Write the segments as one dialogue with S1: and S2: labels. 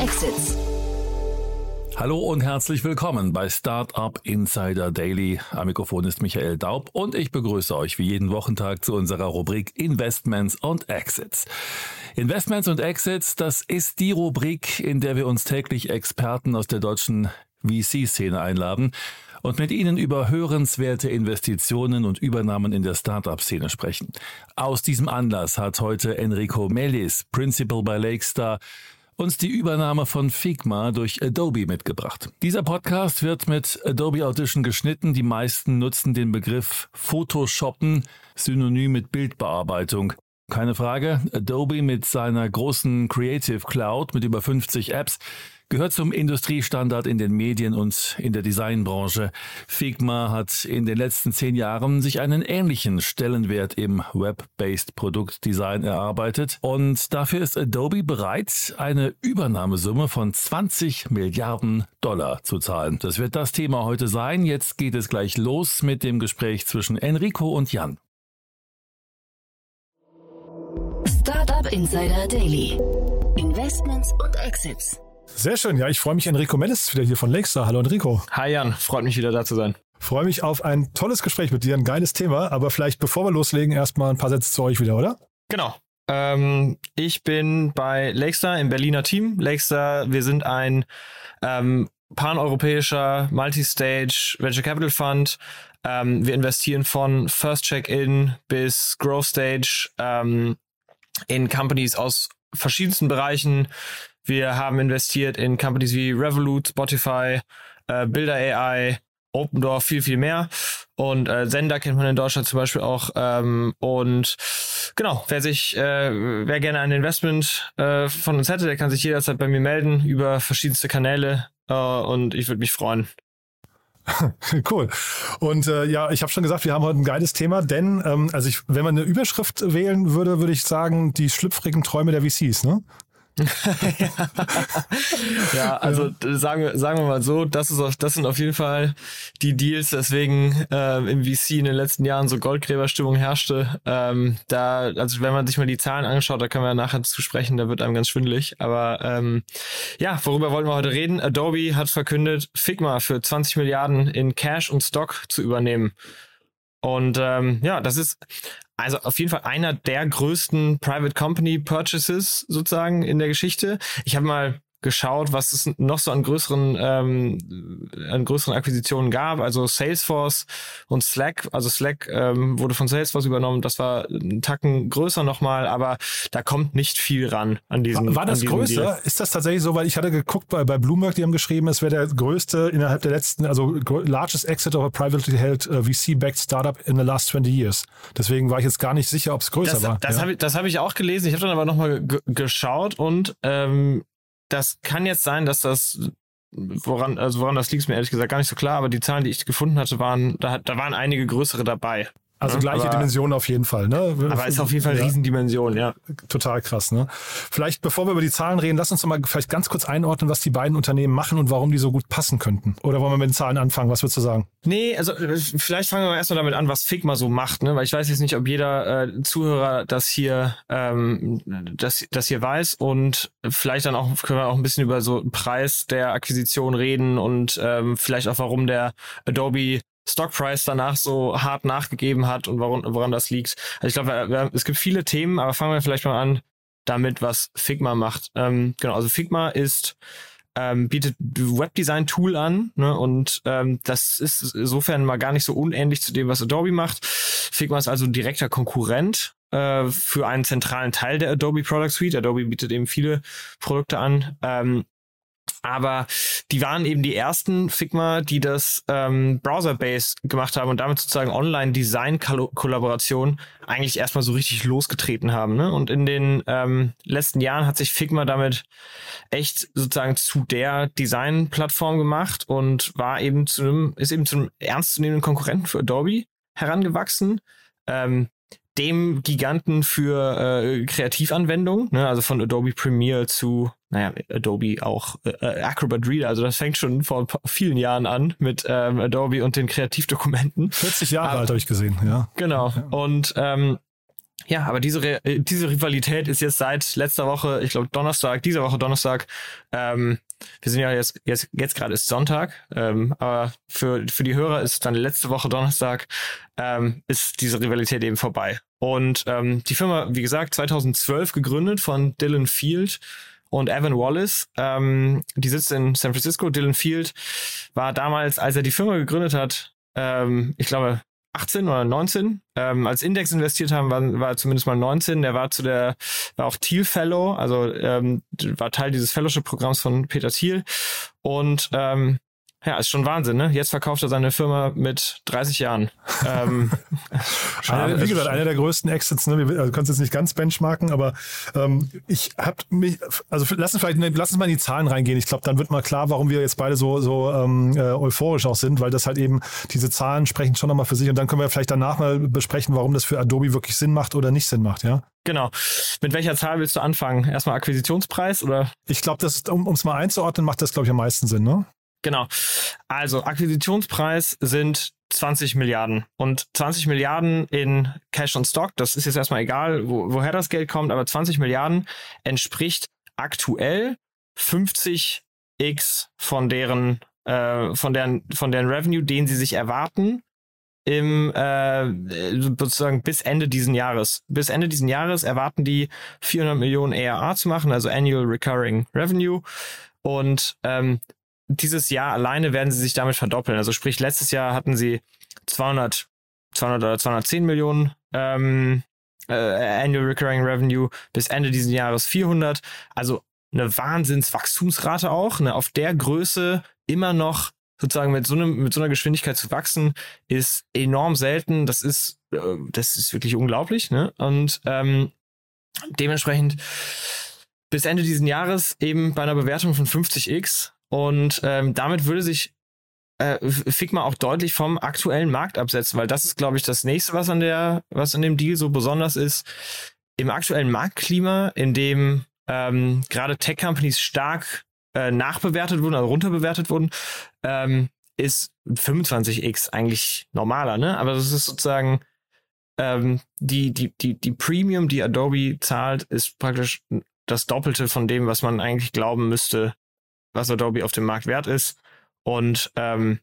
S1: Exits.
S2: Hallo und herzlich willkommen bei Startup Insider Daily. Am Mikrofon ist Michael Daub und ich begrüße euch wie jeden Wochentag zu unserer Rubrik Investments und Exits. Investments und Exits, das ist die Rubrik, in der wir uns täglich Experten aus der deutschen VC-Szene einladen und mit ihnen über hörenswerte Investitionen und Übernahmen in der Startup-Szene sprechen. Aus diesem Anlass hat heute Enrico Mellis, Principal bei Lakestar, uns die Übernahme von Figma durch Adobe mitgebracht. Dieser Podcast wird mit Adobe Audition geschnitten. Die meisten nutzen den Begriff Photoshoppen, synonym mit Bildbearbeitung. Keine Frage, Adobe mit seiner großen Creative Cloud mit über 50 Apps gehört zum Industriestandard in den Medien und in der Designbranche. Figma hat in den letzten 10 Jahren sich einen ähnlichen Stellenwert im Web-based Produktdesign erarbeitet und dafür ist Adobe bereit, eine Übernahmesumme von $20 Milliarden zu zahlen. Das wird das Thema heute sein. Jetzt geht es gleich los mit dem Gespräch zwischen Enrico und Jan.
S1: Startup Insider Daily. Investments und Exits.
S3: Sehr schön, ja, ich freue mich. Enrico Mellis wieder hier von Lakestar. Hallo Enrico.
S4: Hi Jan, freut mich wieder da zu sein.
S3: Freue mich auf ein tolles Gespräch mit dir, ein geiles Thema, aber vielleicht bevor wir loslegen, erstmal ein paar Sätze zu euch wieder, oder?
S4: Genau. Ich bin bei Lakestar im Berliner Team. Lakestar, wir sind ein paneuropäischer Multistage Venture Capital Fund. Wir investieren von First Check-in bis Growth Stage in Companies aus verschiedensten Bereichen. Wir haben investiert in Companies wie Revolut, Spotify, Builder AI, Opendoor, viel mehr. Und Sender kennt man in Deutschland zum Beispiel auch. Und genau, wer gerne ein Investment von uns hätte, der kann sich jederzeit bei mir melden über verschiedenste Kanäle. Und ich würde mich freuen.
S3: Cool. Und ja, ich habe schon gesagt, wir haben heute ein geiles Thema, denn wenn man eine Überschrift wählen würde, würde ich sagen, die schlüpfrigen Träume der VCs, ne?
S4: Ja, also sagen wir mal so, das sind auf jeden Fall die Deals, deswegen im VC in den letzten Jahren so Goldgräberstimmung herrschte. Also wenn man sich mal die Zahlen anschaut, da können wir nachher zu sprechen, da wird einem ganz schwindelig. Aber worüber wollten wir heute reden? Adobe hat verkündet, Figma für 20 Milliarden in Cash und Stock zu übernehmen. Und das ist also auf jeden Fall einer der größten Private Company Purchases sozusagen in der Geschichte. Ich habe mal geschaut, was es noch so an größeren Akquisitionen gab. Also Salesforce und Slack. Also Slack wurde von Salesforce übernommen. Das war einen Tacken größer nochmal, aber da kommt nicht viel ran an diesem.
S3: War das größer? Deal. Ist das tatsächlich so? Weil ich hatte geguckt bei Bloomberg, die haben geschrieben, es wäre der größte innerhalb der letzten, also largest exit of a privately held VC-backed startup in the last 20 years. Deswegen war ich jetzt gar nicht sicher, ob es größer war.
S4: Das habe ich auch gelesen. Ich habe dann aber nochmal geschaut und das kann jetzt sein, dass woran das liegt, ist mir ehrlich gesagt gar nicht so klar, aber die Zahlen, die ich gefunden hatte, da waren einige größere dabei.
S3: Also gleiche Dimension auf jeden Fall, ne?
S4: Aber ist auf jeden Fall eine Riesendimension, ja.
S3: Total krass, ne? Vielleicht, bevor wir über die Zahlen reden, lass uns doch mal vielleicht ganz kurz einordnen, was die beiden Unternehmen machen und warum die so gut passen könnten. Oder wollen wir mit den Zahlen anfangen? Was würdest du sagen?
S4: Nee, also vielleicht fangen wir erstmal damit an, was Figma so macht, ne? Weil ich weiß jetzt nicht, ob jeder Zuhörer das hier weiß und vielleicht dann auch können wir auch ein bisschen über so den Preis der Akquisition reden und vielleicht auch, warum der Adobe Stockprice danach so hart nachgegeben hat und woran das liegt. Also ich glaube, es gibt viele Themen, aber fangen wir vielleicht mal an damit, was Figma macht. Genau, also Figma bietet Webdesign-Tool an, ne, und das ist insofern mal gar nicht so unähnlich zu dem, was Adobe macht. Figma ist also ein direkter Konkurrent für einen zentralen Teil der Adobe Product Suite. Adobe bietet eben viele Produkte an. Aber die waren eben die ersten Figma, die das Browser-based gemacht haben und damit sozusagen Online-Design-Kollaboration eigentlich erstmal so richtig losgetreten haben. Ne? Und in den letzten Jahren hat sich Figma damit echt sozusagen zu der Design-Plattform gemacht und ist eben zu einem ernstzunehmenden Konkurrenten für Adobe herangewachsen. Dem Giganten für Kreativanwendungen, ne? Also von Adobe Premiere zu, Adobe auch Acrobat Reader, also das fängt schon vor vielen Jahren an mit Adobe und den Kreativdokumenten.
S3: 40 Jahre alt habe ich gesehen, ja.
S4: Genau, und Ja, aber diese Rivalität ist jetzt seit letzter Woche, ich glaube diese Woche Donnerstag, wir sind ja jetzt gerade ist Sonntag, aber für die Hörer ist dann letzte Woche Donnerstag, ist diese Rivalität eben vorbei. Und die Firma, wie gesagt, 2012 gegründet von Dylan Field und Evan Wallace, die sitzt in San Francisco. Dylan Field war damals, als er die Firma gegründet hat, ich glaube 18 oder 19, als Index investiert haben, war er zumindest mal 19. Der war auch Thiel Fellow, also war Teil dieses Fellowship-Programms von Peter Thiel. Und ja, ist schon Wahnsinn, ne? Jetzt verkauft er seine Firma mit 30 Jahren.
S3: Wie gesagt, einer der größten Exits, ne? Du kannst jetzt nicht ganz benchmarken, aber ich habe mich, also lass uns mal in die Zahlen reingehen. Ich glaube, dann wird mal klar, warum wir jetzt beide so euphorisch auch sind, weil das halt eben, diese Zahlen sprechen schon nochmal für sich und dann können wir vielleicht danach mal besprechen, warum das für Adobe wirklich Sinn macht oder nicht Sinn macht, ja?
S4: Genau. Mit welcher Zahl willst du anfangen? Erstmal Akquisitionspreis oder?
S3: Ich glaube, um es mal einzuordnen, macht das, glaube ich, am meisten Sinn, ne?
S4: Genau. Also Akquisitionspreis sind 20 Milliarden und 20 Milliarden in Cash und Stock, das ist jetzt erstmal egal, woher das Geld kommt, aber 20 Milliarden entspricht aktuell 50x von deren Revenue, den sie sich erwarten im sozusagen bis Ende diesen Jahres. Bis Ende diesen Jahres erwarten die 400 Millionen ARR zu machen, also Annual Recurring Revenue, und dieses Jahr alleine werden sie sich damit verdoppeln. Also sprich, letztes Jahr hatten sie 200 oder 210 Millionen Annual Recurring Revenue, bis Ende dieses Jahres 400. Also eine Wahnsinnswachstumsrate auch. Ne? Auf der Größe immer noch sozusagen mit so einer Geschwindigkeit zu wachsen, ist enorm selten. Das ist wirklich unglaublich. Ne? Und dementsprechend bis Ende dieses Jahres eben bei einer Bewertung von 50x. Und damit würde sich Figma auch deutlich vom aktuellen Markt absetzen, weil das ist, glaube ich, das nächste, was an dem Deal so besonders ist. Im aktuellen Marktklima, in dem gerade Tech-Companies stark nachbewertet wurden, also runterbewertet wurden, ist 25x eigentlich normaler, ne? Aber das ist sozusagen die Premium, die Adobe zahlt, ist praktisch das Doppelte von dem, was man eigentlich glauben müsste, was Adobe auf dem Markt wert ist. Und der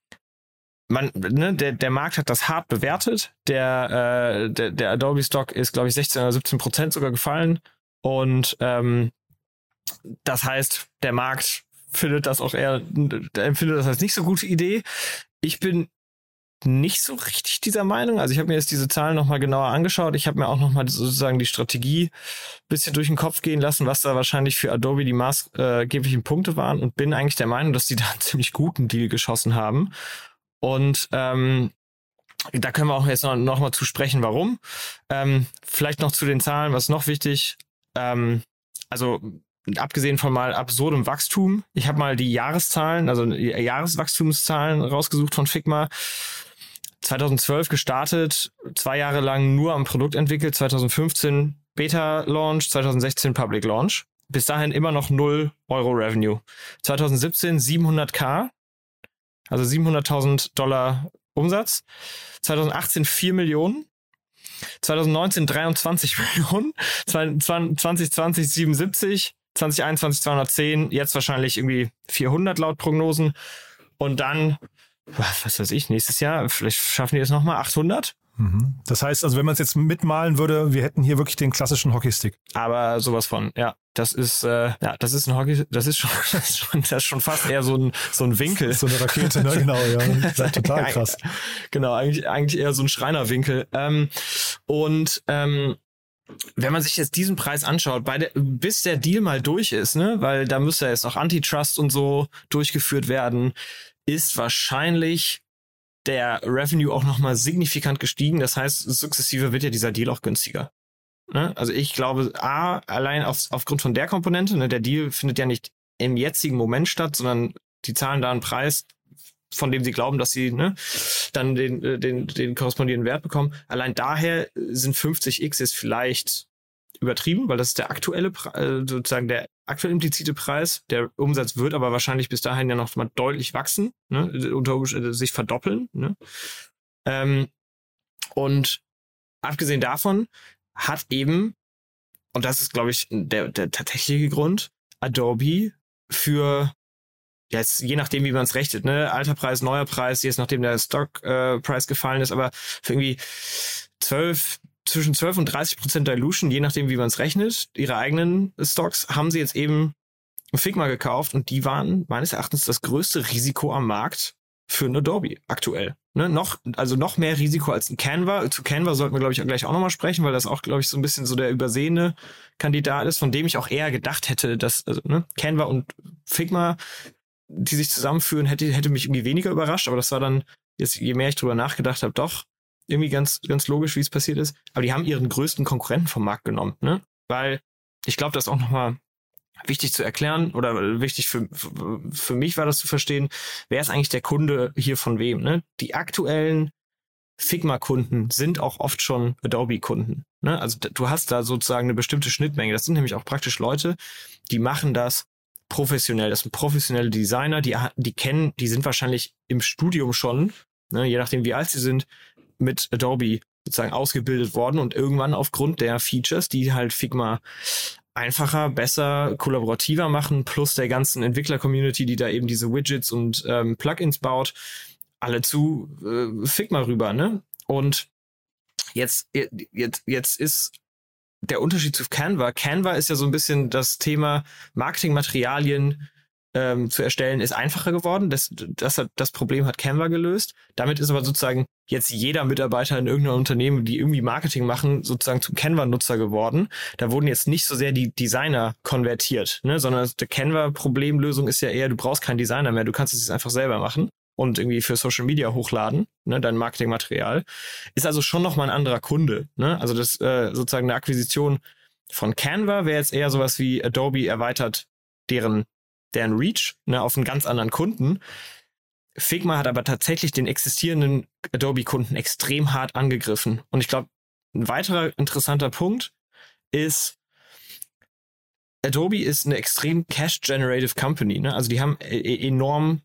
S4: Markt hat das hart bewertet. Der Adobe-Stock ist, glaube ich, 16 oder 17% sogar gefallen. Und das heißt, der Markt empfindet das als nicht so gute Idee. Ich bin nicht so richtig dieser Meinung. Also ich habe mir jetzt diese Zahlen nochmal genauer angeschaut. Ich habe mir auch nochmal sozusagen die Strategie ein bisschen durch den Kopf gehen lassen, was da wahrscheinlich für Adobe die maßgeblichen Punkte waren, und bin eigentlich der Meinung, dass die da einen ziemlich guten Deal geschossen haben. Und da können wir auch jetzt noch mal zu sprechen, warum. Vielleicht noch zu den Zahlen, was noch wichtig. Also abgesehen von mal absurdem Wachstum. Ich habe mal die Jahreszahlen, also die Jahreswachstumszahlen rausgesucht von Figma. 2012 gestartet, 2 Jahre lang nur am Produkt entwickelt, 2015 Beta-Launch, 2016 Public Launch. Bis dahin immer noch 0 Euro Revenue. 2017 700.000, also $700.000 Umsatz. 2018 4 Millionen. 2019 23 Millionen. 2020 77. 2021 210. Jetzt wahrscheinlich irgendwie 400 laut Prognosen. Und dann, was weiß ich, nächstes Jahr, vielleicht schaffen die es nochmal 800.
S3: Das heißt, also wenn man es jetzt mitmalen würde, wir hätten hier wirklich den klassischen Hockeystick.
S4: Aber sowas von, ja. Das ist ein Hockey, das ist schon fast eher so ein Winkel.
S3: So eine Rakete, ne? Genau, ja. Das ist total krass.
S4: Genau, eigentlich eher so ein Schreinerwinkel. Wenn man sich jetzt diesen Preis anschaut, bis der Deal mal durch ist, ne, weil da müsste jetzt noch Antitrust und so durchgeführt werden, ist wahrscheinlich der Revenue auch nochmal signifikant gestiegen. Das heißt, sukzessive wird ja dieser Deal auch günstiger. Ne? Also ich glaube, allein aufgrund von der Komponente, ne, der Deal findet ja nicht im jetzigen Moment statt, sondern die zahlen da einen Preis, von dem sie glauben, dass sie dann den korrespondierenden Wert bekommen. Allein daher sind 50x jetzt vielleicht übertrieben, weil das ist der aktuelle, sozusagen der aktuell implizite Preis. Der Umsatz wird aber wahrscheinlich bis dahin ja noch mal deutlich wachsen, ne? Sich verdoppeln. Ne? Und abgesehen davon hat eben, und das ist, glaube ich, der tatsächliche Grund, Adobe für, jetzt je nachdem, wie man es rechnet, ne, alter Preis, neuer Preis, jetzt nachdem der Stock-Preis gefallen ist, aber für irgendwie zwischen 12 und 30% Dilution, je nachdem, wie man es rechnet, ihre eigenen Stocks, haben sie jetzt eben Figma gekauft und die waren meines Erachtens das größte Risiko am Markt für ein Adobe aktuell. Ne? Noch mehr Risiko als ein Canva. Zu Canva sollten wir, glaube ich, gleich auch nochmal sprechen, weil das auch, glaube ich, so ein bisschen so der übersehene Kandidat ist, von dem ich auch eher gedacht hätte, dass Canva und Figma, die sich zusammenführen, hätte mich irgendwie weniger überrascht, aber das war dann, jetzt, je mehr ich drüber nachgedacht habe, doch irgendwie ganz, ganz logisch, wie es passiert ist. Aber die haben ihren größten Konkurrenten vom Markt genommen, ne? Weil ich glaube, das auch nochmal wichtig zu erklären oder wichtig für mich war das zu verstehen, wer ist eigentlich der Kunde hier von wem, ne? Die aktuellen Figma-Kunden sind auch oft schon Adobe-Kunden, ne? Also du hast da sozusagen eine bestimmte Schnittmenge. Das sind nämlich auch praktisch Leute, die machen das professionell. Das sind professionelle Designer, die sind wahrscheinlich im Studium schon, ne, je nachdem wie alt sie sind, mit Adobe sozusagen ausgebildet worden und irgendwann aufgrund der Features, die halt Figma einfacher, besser, kollaborativer machen, plus der ganzen Entwickler-Community, die da eben diese Widgets und Plugins baut, alle zu Figma rüber, ne? Und jetzt ist der Unterschied zu Canva. Canva ist ja so ein bisschen das Thema Marketingmaterialien zu erstellen, ist einfacher geworden. Das Problem hat Canva gelöst. Damit ist aber sozusagen jetzt jeder Mitarbeiter in irgendeinem Unternehmen, die irgendwie Marketing machen, sozusagen zum Canva-Nutzer geworden. Da wurden jetzt nicht so sehr die Designer konvertiert, ne, sondern die Canva-Problemlösung ist ja eher, du brauchst keinen Designer mehr, du kannst es jetzt einfach selber machen und irgendwie für Social Media hochladen, ne, dein Marketingmaterial. Ist also schon nochmal ein anderer Kunde, ne? Also das sozusagen eine Akquisition von Canva wäre jetzt eher sowas wie Adobe erweitert deren Reach, ne, auf einen ganz anderen Kunden. Figma hat aber tatsächlich den existierenden Adobe-Kunden extrem hart angegriffen. Und ich glaube, ein weiterer interessanter Punkt ist, Adobe ist eine extrem cash-generative Company, ne? Also die haben enorm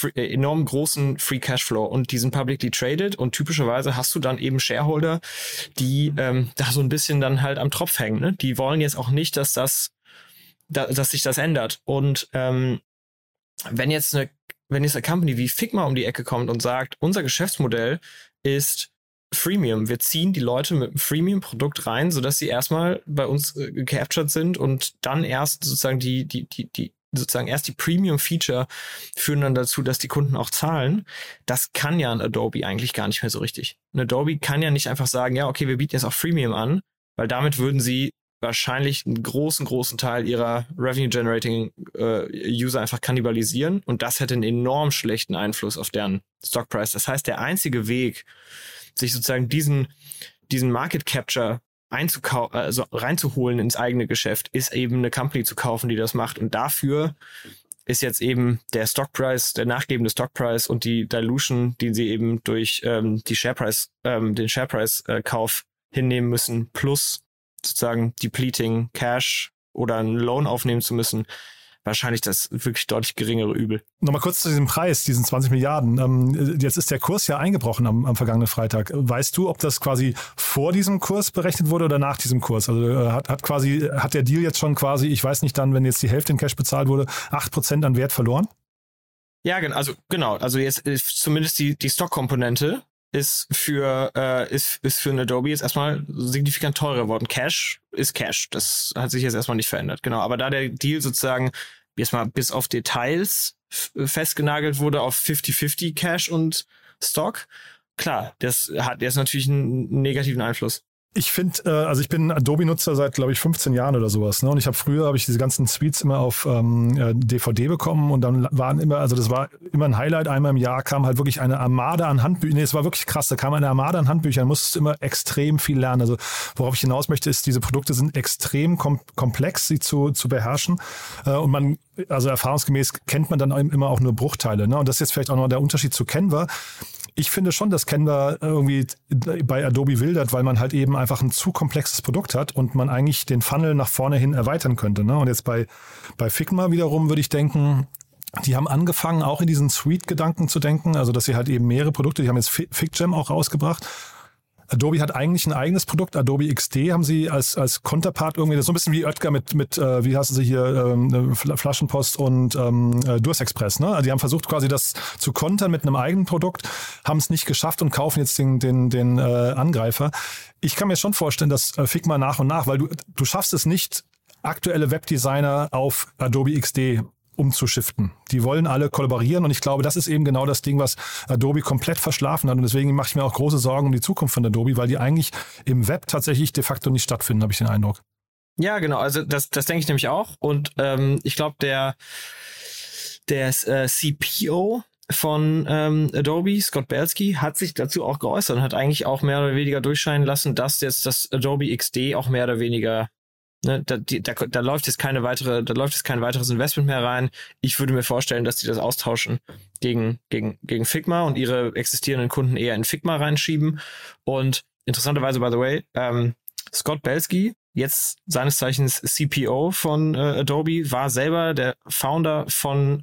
S4: großen Free Cashflow und die sind publicly traded und typischerweise hast du dann eben Shareholder, die da so ein bisschen dann halt am Tropf hängen, ne? Die wollen jetzt auch nicht, dass sich das ändert. Und wenn jetzt eine Company wie Figma um die Ecke kommt und sagt, unser Geschäftsmodell ist Freemium, wir ziehen die Leute mit einem Freemium-Produkt rein, sodass sie erstmal bei uns gecaptured sind und dann erst sozusagen die Premium-Feature führen dann dazu, dass die Kunden auch zahlen. Das kann ja ein Adobe eigentlich gar nicht mehr so richtig. Ein Adobe kann ja nicht einfach sagen, ja, okay, wir bieten jetzt auch Freemium an, weil damit würden sie wahrscheinlich einen großen Teil ihrer Revenue-Generating-User einfach kannibalisieren und das hätte einen enorm schlechten Einfluss auf deren Stockprice. Das heißt, der einzige Weg, sich sozusagen diesen Market Capture reinzuholen ins eigene Geschäft, ist eben eine Company zu kaufen, die das macht. Und dafür ist jetzt eben der Stockprice, der nachgebende Stockprice und die Dilution, die sie eben durch den Shareprice-Kauf hinnehmen müssen, plus sozusagen depleting Cash oder einen Loan aufnehmen zu müssen, wahrscheinlich das wirklich deutlich geringere Übel.
S3: Nochmal kurz zu diesem Preis, diesen 20 Milliarden. Jetzt ist der Kurs ja eingebrochen am vergangenen Freitag. Weißt du, ob das quasi vor diesem Kurs berechnet wurde oder nach diesem Kurs? Also hat der Deal jetzt schon quasi, ich weiß nicht dann, wenn jetzt die Hälfte in Cash bezahlt wurde, 8% an Wert verloren?
S4: Ja, genau. Also jetzt ist zumindest die Stock-Komponente ist für ein Adobe jetzt erstmal signifikant teurer geworden. Cash ist Cash. Das hat sich jetzt erstmal nicht verändert. Genau. Aber da der Deal sozusagen jetzt mal bis auf Details festgenagelt wurde auf 50-50 Cash und Stock, klar, das hat jetzt natürlich einen negativen Einfluss.
S3: Ich finde, also ich bin Adobe-Nutzer seit, glaube ich, 15 Jahren oder sowas. Ne? Und früher habe ich diese ganzen Suites immer auf DVD bekommen und dann das war immer ein Highlight. Einmal im Jahr kam halt wirklich eine Armada an Handbüchern. Nee, es war wirklich krass. Da kam eine Armada an Handbüchern. Da musstest du immer extrem viel lernen. Also worauf ich hinaus möchte, ist, diese Produkte sind extrem komplex, sie zu beherrschen. Und also erfahrungsgemäß kennt man dann immer auch nur Bruchteile. Ne? Und das ist jetzt vielleicht auch noch der Unterschied zu Canva. Ich finde schon, dass Canva irgendwie bei Adobe wildert, weil man halt eben einfach ein zu komplexes Produkt hat und man eigentlich den Funnel nach vorne hin erweitern könnte. Ne? Und jetzt bei Figma wiederum würde ich denken, die haben angefangen, auch in diesen Suite-Gedanken zu denken, also dass sie halt eben mehrere Produkte, die haben jetzt FigJam auch rausgebracht. Adobe hat eigentlich ein eigenes Produkt, Adobe XD haben sie als Konterpart irgendwie, das ist so ein bisschen wie Oetker mit wie heißen sie hier, Flaschenpost und Durstexpress, ne? Also die haben versucht quasi das zu kontern mit einem eigenen Produkt, haben es nicht geschafft und kaufen jetzt den Angreifer. Ich kann mir schon vorstellen, dass Figma nach und nach, weil du schaffst es nicht, aktuelle Webdesigner auf Adobe XD umzuschiften. Die wollen alle kollaborieren und ich glaube, das ist eben genau das Ding, was Adobe komplett verschlafen hat und deswegen mache ich mir auch große Sorgen um die Zukunft von Adobe, weil die eigentlich im Web tatsächlich de facto nicht stattfinden, habe ich den Eindruck.
S4: Ja, genau, also das denke ich nämlich auch und ich glaube, der CPO von Adobe, Scott Belsky, hat sich dazu auch geäußert und hat eigentlich auch mehr oder weniger durchscheinen lassen, dass jetzt das Adobe XD auch mehr oder weniger da läuft jetzt kein weiteres Investment mehr rein. Ich würde mir vorstellen, dass die das austauschen gegen Figma und ihre existierenden Kunden eher in Figma reinschieben. Und interessanterweise, by the way, Scott Belsky, jetzt seines Zeichens CPO von Adobe, war selber der Founder von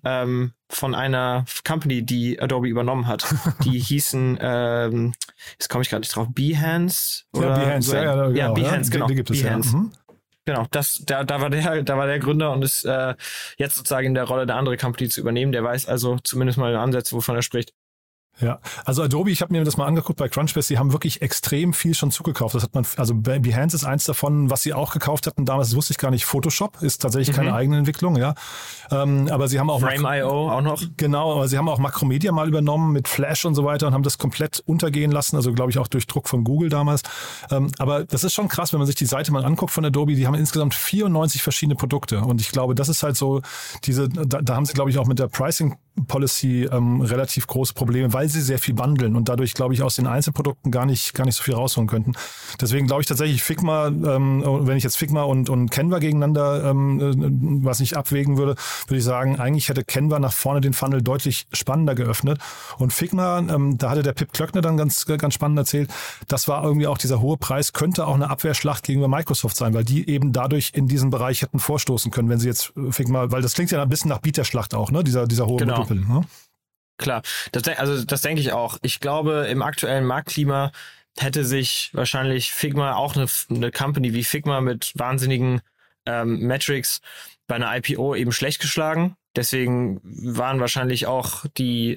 S4: einer Company, die Adobe übernommen hat. Die hießen, jetzt komme ich gerade nicht drauf, Behance? Oder
S3: Behance,
S4: so,
S3: ja,
S4: Behance, genau.
S3: Die gibt es,
S4: Behance.
S3: ja. Mhm.
S4: Genau, da war der Gründer und ist jetzt sozusagen in der Rolle, eine andere Company zu übernehmen. Der weiß also zumindest mal Ansätze, wovon er spricht.
S3: Ja, also Adobe, ich habe mir das mal angeguckt bei Crunchbase, die haben wirklich extrem viel schon zugekauft. Das hat man, also Behance ist eins davon, was sie auch gekauft hatten damals, das wusste ich gar nicht. Photoshop ist tatsächlich keine eigene Entwicklung, ja. Aber sie haben auch
S4: Frame.io auch noch.
S3: Genau, aber sie haben auch Macromedia mal übernommen mit Flash und so weiter und haben das komplett untergehen lassen, also glaube ich auch durch Druck von Google damals. Aber das ist schon krass, wenn man sich die Seite mal anguckt von Adobe, die haben insgesamt 94 verschiedene Produkte und ich glaube, das ist halt so da haben sie glaube ich auch mit der Pricing Policy relativ große Probleme, weil sie sehr viel bundeln und dadurch, glaube ich, aus den Einzelprodukten gar nicht so viel rausholen könnten. Deswegen glaube ich tatsächlich Figma, wenn ich jetzt Figma und Canva gegeneinander was ich abwägen würde ich sagen, eigentlich hätte Canva nach vorne den Funnel deutlich spannender geöffnet und Figma, da hatte der Pip Klöckner dann ganz spannend erzählt, das war irgendwie auch dieser hohe Preis, könnte auch eine Abwehrschlacht gegenüber Microsoft sein, weil die eben dadurch in diesen Bereich hätten vorstoßen können, wenn sie jetzt Figma, weil das klingt ja ein bisschen nach Bieterschlacht auch, ne? Dieser hohe
S4: Genau.
S3: Multiple, ne?
S4: Klar, das denke ich auch. Ich glaube, im aktuellen Marktklima hätte sich wahrscheinlich Figma, auch eine Company wie Figma mit wahnsinnigen Metrics bei einer IPO eben schlecht geschlagen. Deswegen waren wahrscheinlich auch die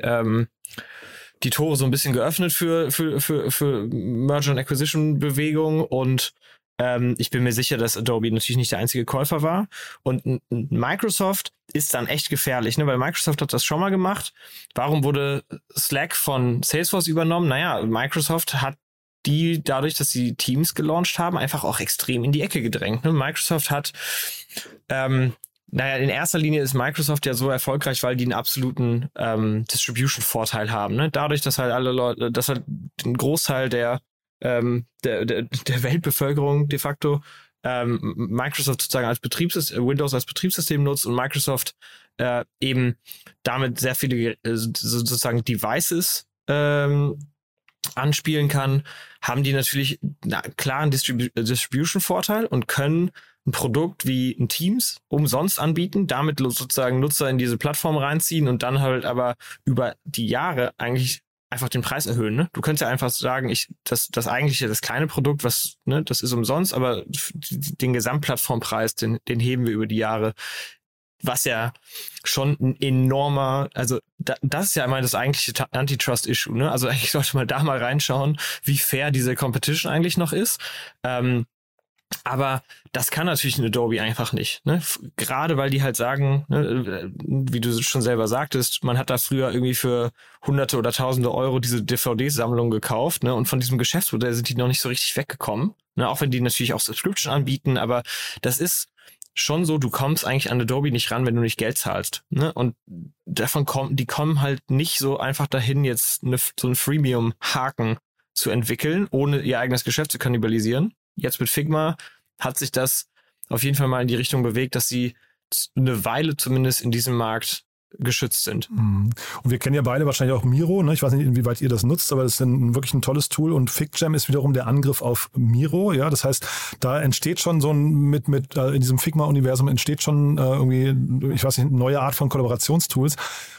S4: Tore so ein bisschen geöffnet für Merger and Acquisition Bewegungen und ich bin mir sicher, dass Adobe natürlich nicht der einzige Käufer war. Und Microsoft ist dann echt gefährlich, ne? Weil Microsoft hat das schon mal gemacht. Warum wurde Slack von Salesforce übernommen? Naja, Microsoft hat die, dadurch, dass sie Teams gelauncht haben, einfach auch extrem in die Ecke gedrängt. Ne? Microsoft hat, in erster Linie ist Microsoft ja so erfolgreich, weil die einen absoluten Distribution-Vorteil haben. Ne? Dadurch, dass halt alle Leute, dass halt ein Großteil der Weltbevölkerung de facto Microsoft sozusagen als Windows als Betriebssystem nutzt und Microsoft eben damit sehr viele sozusagen Devices anspielen kann, haben die natürlich klar einen Distribution-Vorteil und können ein Produkt wie ein Teams umsonst anbieten, damit sozusagen Nutzer in diese Plattform reinziehen und dann halt aber über die Jahre eigentlich einfach den Preis erhöhen, ne? Du könntest ja einfach sagen, das eigentliche, das kleine Produkt, was, ne, das ist umsonst, aber den Gesamtplattformpreis, den heben wir über die Jahre, was ja schon ein enormer, also das ist ja immer das eigentliche Antitrust-Issue, ne? Also eigentlich sollte man da mal reinschauen, wie fair diese Competition eigentlich noch ist. Aber das kann natürlich ein Adobe einfach nicht, ne? Gerade weil die halt sagen, ne, wie du schon selber sagtest, man hat da früher irgendwie für Hunderte oder Tausende Euro diese DVD-Sammlung gekauft, ne? Und von diesem Geschäftsmodell sind die noch nicht so richtig weggekommen, ne? Auch wenn die natürlich auch Subscription anbieten, aber das ist schon so, du kommst eigentlich an Adobe nicht ran, wenn du nicht Geld zahlst, ne? Und die kommen halt nicht so einfach dahin, jetzt so einen Freemium-Haken zu entwickeln, ohne ihr eigenes Geschäft zu kannibalisieren. Jetzt mit Figma hat sich das auf jeden Fall mal in die Richtung bewegt, dass sie eine Weile zumindest in diesem Markt geschützt sind.
S3: Und wir kennen ja beide wahrscheinlich auch Miro, ne? Ich weiß nicht, inwieweit ihr das nutzt, aber das ist wirklich ein tolles Tool und FigJam ist wiederum der Angriff auf Miro, ja, das heißt, da entsteht schon so ein, in diesem Figma-Universum entsteht schon irgendwie, ich weiß nicht, eine neue Art von Kollaborationstools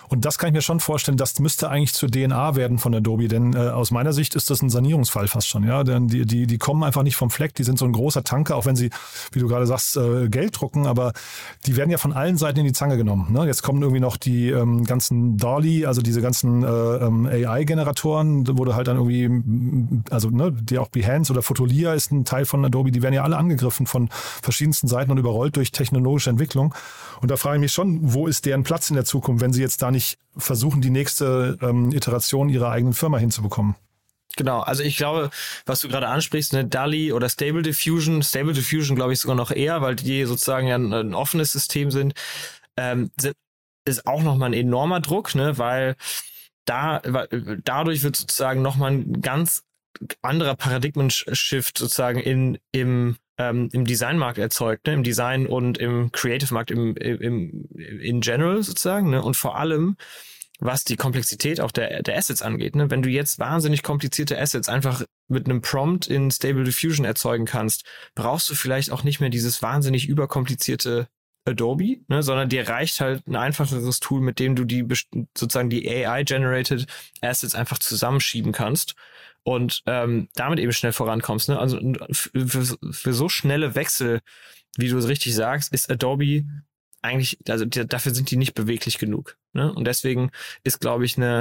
S3: Und das kann ich mir schon vorstellen, das müsste eigentlich zur DNA werden von Adobe, denn aus meiner Sicht ist das ein Sanierungsfall fast schon. Ja, denn die kommen einfach nicht vom Fleck, die sind so ein großer Tanker, auch wenn sie, wie du gerade sagst, Geld drucken, aber die werden ja von allen Seiten in die Zange genommen. Ne? Jetzt kommen irgendwie noch die ganzen DALL-E, also diese ganzen AI-Generatoren, wo du halt dann irgendwie, also ne, die auch Behance oder Fotolia ist ein Teil von Adobe, die werden ja alle angegriffen von verschiedensten Seiten und überrollt durch technologische Entwicklung. Und da frage ich mich schon, wo ist deren Platz in der Zukunft, wenn sie jetzt da nicht versuchen, die nächste Iteration ihrer eigenen Firma hinzubekommen?
S4: Genau, also ich glaube, was du gerade ansprichst, ne, DALL-E oder Stable Diffusion glaube ich sogar noch eher, weil die sozusagen ja ein offenes System sind, ist auch nochmal ein enormer Druck, ne, weil dadurch wird sozusagen nochmal ein ganz anderer Paradigmen-Shift sozusagen im Designmarkt erzeugt, ne, im Design und im Creative-Markt in general sozusagen, ne, und vor allem was die Komplexität auch der Assets angeht. Ne? Wenn du jetzt wahnsinnig komplizierte Assets einfach mit einem Prompt in Stable Diffusion erzeugen kannst, brauchst du vielleicht auch nicht mehr dieses wahnsinnig überkomplizierte Adobe, ne? Sondern dir reicht halt ein einfacheres Tool, mit dem du sozusagen die AI-generated Assets einfach zusammenschieben kannst und damit eben schnell vorankommst. Ne? Also für so schnelle Wechsel, wie du es richtig sagst, ist Adobe eigentlich, also dafür sind die nicht beweglich genug. Ne? Und deswegen ist, glaube ich, wir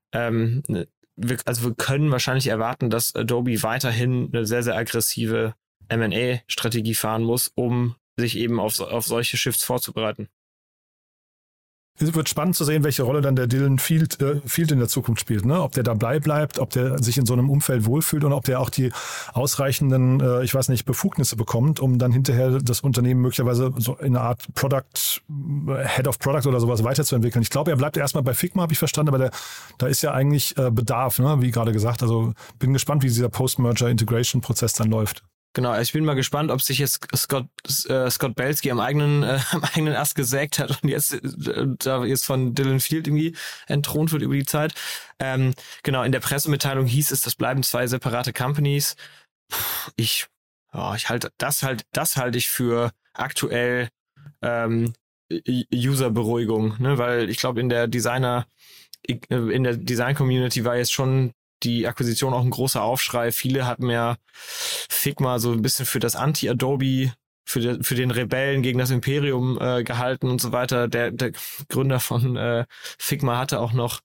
S4: können wahrscheinlich erwarten, dass Adobe weiterhin eine sehr, sehr aggressive M&A-Strategie fahren muss, um sich eben auf solche Shifts vorzubereiten.
S3: Es wird spannend zu sehen, welche Rolle dann der Dylan Field in der Zukunft spielt. Ne? Ob der dabei bleibt, ob der sich in so einem Umfeld wohlfühlt und ob der auch die ausreichenden, Befugnisse bekommt, um dann hinterher das Unternehmen möglicherweise so in einer Art Head of Product oder sowas weiterzuentwickeln. Ich glaube, er bleibt erstmal bei Figma, habe ich verstanden, aber da ist ja eigentlich Bedarf, ne? Wie gerade gesagt. Also bin gespannt, wie dieser Post-Merger-Integration-Prozess dann läuft.
S4: Genau, ich bin mal gespannt, ob sich jetzt Scott Belsky am eigenen Ast gesägt hat und jetzt von Dylan Field irgendwie entthront wird über die Zeit. Genau, in der Pressemitteilung hieß es, das bleiben 2 separate Companies. Ich halte das halte ich für aktuell User-Beruhigung, ne? Weil ich glaube, in der Design-Community war jetzt schon die Akquisition auch ein großer Aufschrei. Viele hatten ja Figma so ein bisschen für das Anti-Adobe, für den Rebellen gegen das Imperium gehalten und so weiter. Der Gründer von Figma hatte auch noch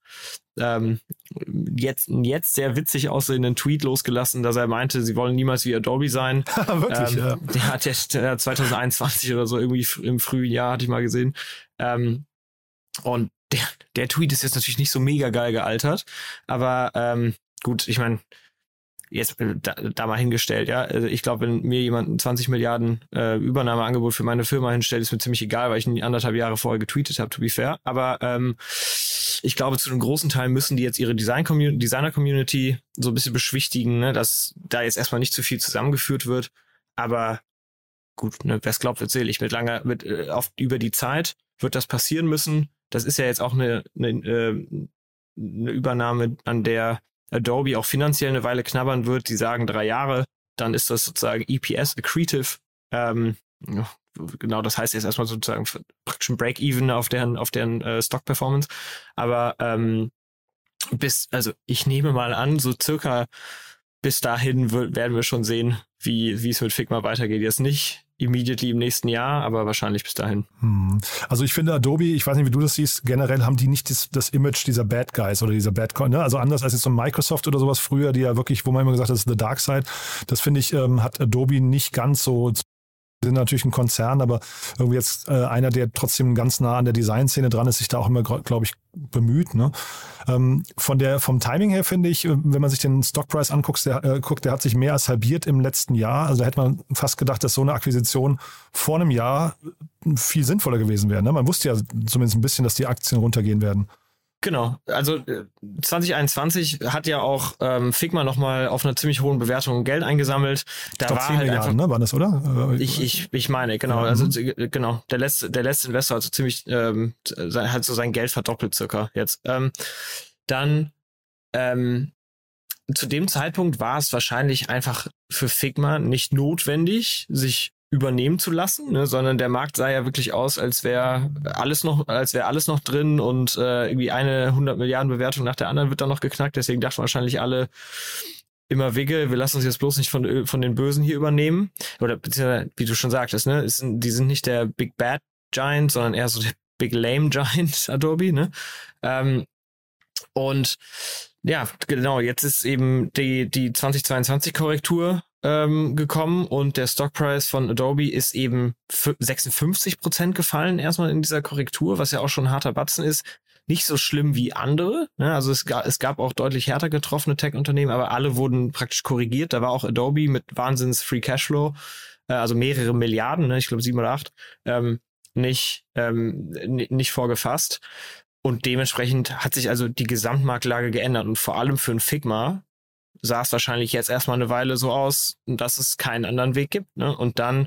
S4: jetzt sehr witzig aussehenden Tweet losgelassen, dass er meinte, sie wollen niemals wie Adobe sein.
S3: Wirklich, ja.
S4: Der hat ja 2021 oder so irgendwie im frühen Jahr, hatte ich mal gesehen. Und der Tweet ist jetzt natürlich nicht so mega geil gealtert, aber gut, ich meine, jetzt da mal hingestellt, ja. Also ich glaube, wenn mir jemand ein 20 Milliarden Übernahmeangebot für meine Firma hinstellt, ist mir ziemlich egal, weil ich 1,5 Jahre vorher getweetet habe, to be fair. Aber ich glaube, zu einem großen Teil müssen die jetzt ihre Designer-Community so ein bisschen beschwichtigen, ne, dass da jetzt erstmal nicht zu viel zusammengeführt wird. Aber gut, ne, wer es glaubt, wird selig. Über die Zeit wird das passieren müssen. Das ist ja jetzt auch eine Übernahme, an der Adobe auch finanziell eine Weile knabbern wird. Die sagen 3 Jahre, dann ist das sozusagen EPS accretive. Genau, das heißt jetzt erstmal sozusagen praktisch ein Break-Even auf deren Stock-Performance. Aber ich nehme mal an, so circa bis dahin werden wir schon sehen, wie es mit Figma weitergeht. Jetzt nicht immediately im nächsten Jahr, aber wahrscheinlich bis dahin.
S3: Also ich finde Adobe, ich weiß nicht, wie du das siehst, generell haben die nicht das Image dieser Bad Guys oder dieser Bad Coin, ne? Also anders als jetzt so Microsoft oder sowas früher, die ja wirklich, wo man immer gesagt hat, das ist the dark side. Das finde ich, hat Adobe nicht ganz so. Sind natürlich ein Konzern, aber irgendwie jetzt einer, der trotzdem ganz nah an der Designszene dran ist, sich da auch immer, glaube ich, bemüht. Ne? Vom Timing her finde ich, wenn man sich den Stockpreis anguckt, der hat sich mehr als halbiert im letzten Jahr. Also hätte man fast gedacht, dass so eine Akquisition vor einem Jahr viel sinnvoller gewesen wäre. Ne? Man wusste ja zumindest ein bisschen, dass die Aktien runtergehen werden.
S4: Genau, also 2021 hat ja auch Figma nochmal auf einer ziemlich hohen Bewertung Geld eingesammelt. Da war
S3: 10
S4: halt
S3: Milliarden,
S4: einfach,
S3: ne, waren das, oder?
S4: Ich meine, genau,
S3: Ja,
S4: genau, der letzte Investor hat so ziemlich, hat so sein Geld verdoppelt circa jetzt. Dann zu dem Zeitpunkt war es wahrscheinlich einfach für Figma nicht notwendig, sich übernehmen zu lassen, ne, sondern der Markt sah ja wirklich aus, als wäre alles noch drin und irgendwie eine 100 Milliarden Bewertung nach der anderen wird dann noch geknackt. Deswegen dachten wahrscheinlich alle immer Wigge, wir lassen uns jetzt bloß nicht von den Bösen hier übernehmen. Oder beziehungsweise, wie du schon sagtest, ne, die sind nicht der Big Bad Giant, sondern eher so der Big Lame Giant Adobe, ne? Und ja, genau, jetzt ist eben die 2022 Korrektur gekommen und der Stockpreis von Adobe ist eben 56% gefallen erstmal in dieser Korrektur, was ja auch schon ein harter Batzen ist. Nicht so schlimm wie andere, ne? Also es gab auch deutlich härter getroffene Tech-Unternehmen, aber alle wurden praktisch korrigiert. Da war auch Adobe mit Wahnsinns Free Cashflow, also mehrere Milliarden, ne? Ich glaube 7 oder 8, nicht vorgefasst. Und dementsprechend hat sich also die Gesamtmarktlage geändert und vor allem für ein Figma sah es wahrscheinlich jetzt erstmal eine Weile so aus, dass es keinen anderen Weg gibt, ne? Und dann,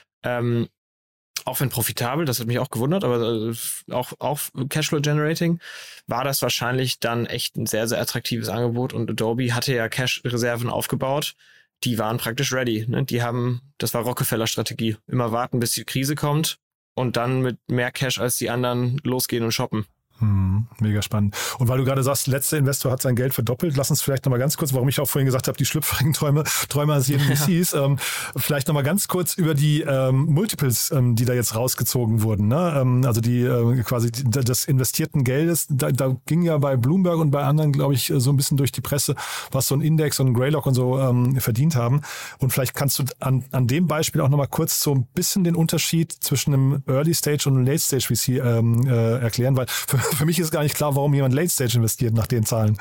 S4: auch wenn profitabel, das hat mich auch gewundert, aber auch Cashflow Generating, war das wahrscheinlich dann echt ein sehr, sehr attraktives Angebot und Adobe hatte ja Cash-Reserven aufgebaut, die waren praktisch ready, ne? Das war Rockefeller-Strategie, immer warten, bis die Krise kommt und dann mit mehr Cash als die anderen losgehen und shoppen.
S3: Mega spannend. Und weil du gerade sagst, letzter Investor hat sein Geld verdoppelt, lass uns vielleicht nochmal ganz kurz, warum ich auch vorhin gesagt habe, die schlüpfrigen Träume als jeden VCs, vielleicht nochmal ganz kurz über die Multiples, die da jetzt rausgezogen wurden. Ne? Also die quasi des investierten Geldes, da ging ja bei Bloomberg und bei anderen, glaube ich, so ein bisschen durch die Presse, was so ein Index und ein Greylock und so verdient haben. Und vielleicht kannst du an dem Beispiel auch nochmal kurz so ein bisschen den Unterschied zwischen einem Early Stage und einem Late Stage VC erklären, weil für mich ist gar nicht klar, warum jemand Late Stage investiert nach den Zahlen.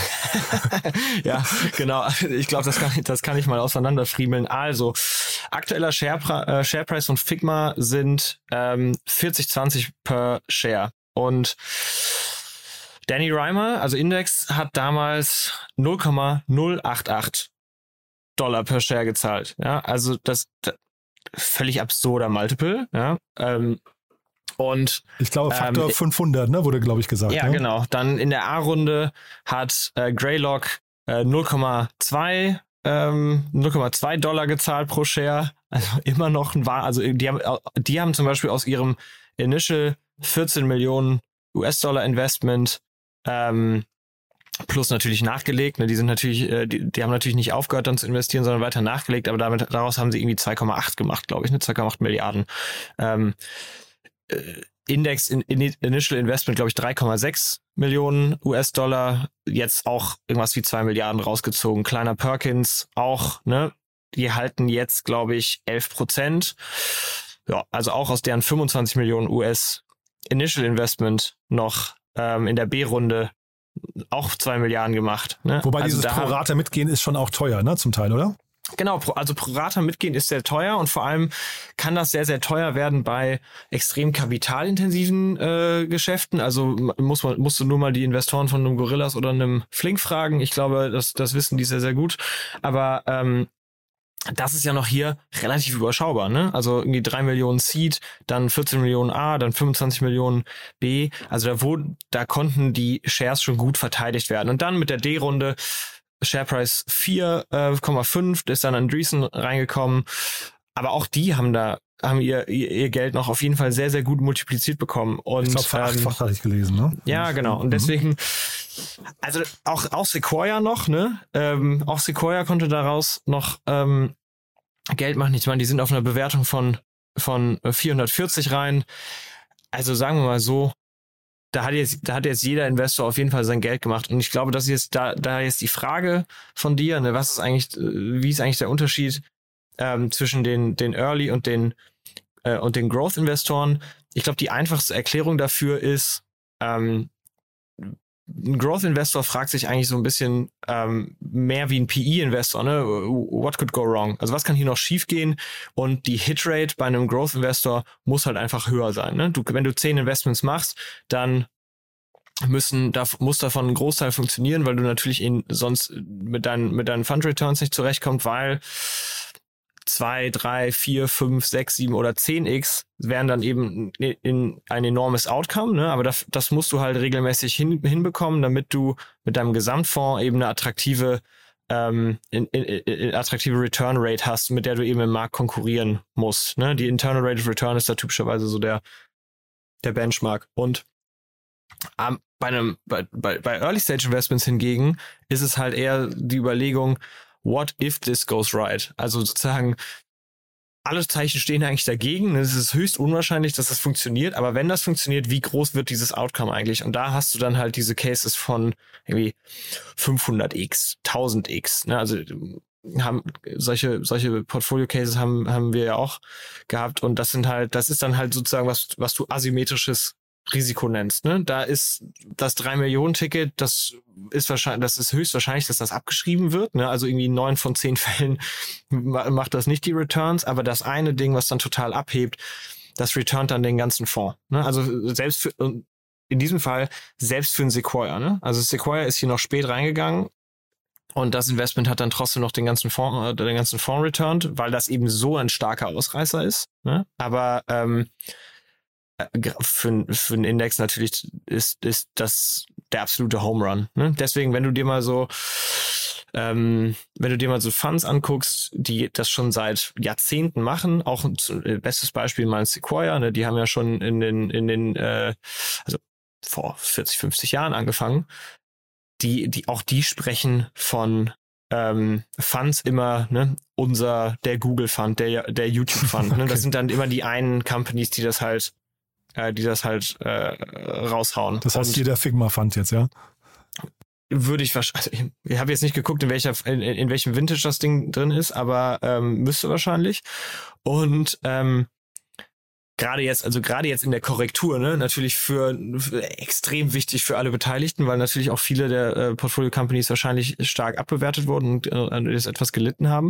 S4: Ja, genau. Ich glaube, das kann ich mal auseinanderfriemeln. Also, aktueller Shareprice von Figma sind 40,20 per Share. Und Danny Rimer, also Index, hat damals 0,088 Dollar per Share gezahlt. Ja, also das völlig absurder Multiple. Ja, und
S3: ich glaube, Faktor 500, ne, wurde, glaube ich, gesagt.
S4: Ja,
S3: ne?
S4: Genau. Dann in der A-Runde hat Greylock 0,2 Dollar gezahlt pro Share. Also immer noch die haben zum Beispiel aus ihrem Initial 14 Millionen US-Dollar Investment plus natürlich nachgelegt. Ne? Die sind natürlich, die haben natürlich nicht aufgehört dann zu investieren, sondern weiter nachgelegt, aber daraus haben sie irgendwie 2,8 gemacht, glaube ich, ne? 2,8 Milliarden. Index Initial Investment, glaube ich, 3,6 Millionen US-Dollar, jetzt auch irgendwas wie 2 Milliarden rausgezogen. Kleiner Perkins auch, ne? Die halten jetzt, glaube ich, 11%. Ja, also auch aus deren 25 Millionen US Initial Investment noch in der B-Runde auch 2 Milliarden gemacht. Ne?
S3: Wobei
S4: also
S3: dieses Pro-Rata mitgehen ist schon auch teuer, ne, zum Teil, oder?
S4: Genau, also Pro-Rata mitgehen ist sehr teuer und vor allem kann das sehr, sehr teuer werden bei extrem kapitalintensiven Geschäften. Also musst du nur mal die Investoren von einem Gorillas oder einem Flink fragen. Ich glaube, das wissen die sehr, sehr gut. Aber das ist ja noch hier relativ überschaubar, ne? Also irgendwie 3 Millionen Seed, dann 14 Millionen A, dann 25 Millionen B. Also da konnten die Shares schon gut verteidigt werden. Und dann mit der D-Runde Shareprice 4,5, ist dann Andreessen reingekommen. Aber auch die haben ihr Geld noch auf jeden Fall sehr, sehr gut multipliziert bekommen. Und
S3: ich glaube, verachtfacht hatte ich gelesen, ne?
S4: Ja, genau. Und deswegen, also auch Sequoia noch, ne? Auch Sequoia konnte daraus noch Geld machen. Ich meine, die sind auf einer Bewertung von 440 rein. Also sagen wir mal so, da hat jetzt jeder Investor auf jeden Fall sein Geld gemacht. Und ich glaube, das ist jetzt da jetzt die Frage von dir, ne, wie ist eigentlich der Unterschied zwischen den Early und den Growth-Investoren? Ich glaube, die einfachste Erklärung dafür ist, ein Growth-Investor fragt sich eigentlich so ein bisschen mehr wie ein PE-Investor, ne? What could go wrong? Also was kann hier noch schiefgehen? Und die Hitrate bei einem Growth-Investor muss halt einfach höher sein. Ne? Wenn du 10 Investments machst, dann muss davon ein Großteil funktionieren, weil du natürlich sonst mit deinen Fund-Returns nicht zurechtkommst, weil 2, 3, 4, 5, 6, 7 oder 10x wären dann eben in ein enormes Outcome, ne? Aber das musst du halt regelmäßig hinbekommen, damit du mit deinem Gesamtfonds eben eine attraktive attraktive Return Rate hast, mit der du eben im Markt konkurrieren musst. Ne? Die Internal Rate of Return ist da typischerweise so der Benchmark. Und bei Early Stage Investments hingegen ist es halt eher die Überlegung, what if this goes right? Also sozusagen, alle Zeichen stehen eigentlich dagegen. Es ist höchst unwahrscheinlich, dass das funktioniert. Aber wenn das funktioniert, wie groß wird dieses Outcome eigentlich? Und da hast du dann halt diese Cases von irgendwie 500x, 1000x. Ne? Also solche Portfolio-Cases haben wir ja auch gehabt. Und das ist dann halt sozusagen was du asymmetrisches Risiko nennst. Ne? Da ist das 3-Millionen-Ticket, das ist höchstwahrscheinlich, dass das abgeschrieben wird. Ne? Also irgendwie in 9 von 10 Fällen macht das nicht die Returns, aber das eine Ding, was dann total abhebt, das returnt dann den ganzen Fonds. Ne? Also in diesem Fall selbst für einen Sequoia. Ne? Also Sequoia ist hier noch spät reingegangen und das Investment hat dann trotzdem noch den ganzen Fonds returned, weil das eben so ein starker Ausreißer ist. Ne? Aber für einen Index natürlich ist das der absolute Home Run. Ne? Deswegen, wenn du dir mal so Funds anguckst, die das schon seit Jahrzehnten machen, auch bestes Beispiel mal ein Sequoia, ne? Die haben ja schon also vor 40, 50 Jahren angefangen, die sprechen von Funds immer, ne, der Google Fund, der YouTube Fund. Okay. Ne? Das sind dann immer die einen Companies, die das halt raushauen.
S3: Das heißt, jeder Figma Fund jetzt, ja?
S4: Würde ich wahrscheinlich, also ich habe jetzt nicht geguckt, in welchem Vintage das Ding drin ist, aber müsste wahrscheinlich. Und gerade jetzt in der Korrektur, ne, natürlich für extrem wichtig für alle Beteiligten, weil natürlich auch viele der Portfolio-Companies wahrscheinlich stark abbewertet wurden und jetzt etwas gelitten haben.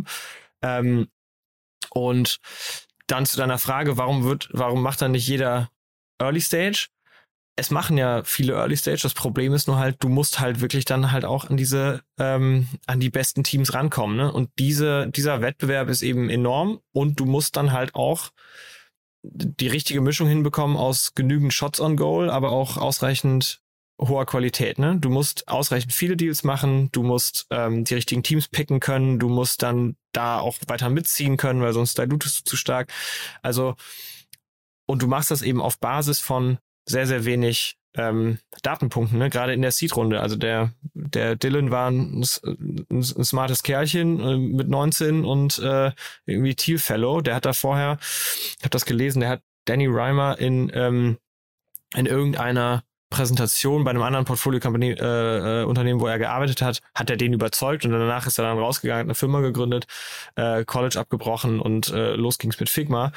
S4: Und dann zu deiner Frage, warum macht dann nicht jeder Early Stage? Es machen ja viele Early Stage. Das Problem ist nur halt, du musst halt wirklich dann halt auch an die besten Teams rankommen, ne? Und dieser Wettbewerb ist eben enorm und du musst dann halt auch die richtige Mischung hinbekommen aus genügend Shots on Goal, aber auch ausreichend hoher Qualität, ne? Du musst ausreichend viele Deals machen, du musst die richtigen Teams picken können, du musst dann da auch weiter mitziehen können, weil sonst dilutest du zu stark. Also, und du machst das eben auf Basis von sehr, sehr wenig Datenpunkten, ne? Gerade in der Seed-Runde. Also der Dylan war ein smartes Kerlchen mit 19 und irgendwie Thiel Fellow. Der hat da vorher, ich habe das gelesen, der hat Danny Reimer in irgendeiner Präsentation bei einem anderen Portfolio-Company-Unternehmen, wo er gearbeitet hat, hat er den überzeugt und danach ist er dann rausgegangen, hat eine Firma gegründet, College abgebrochen und los ging's mit Figma.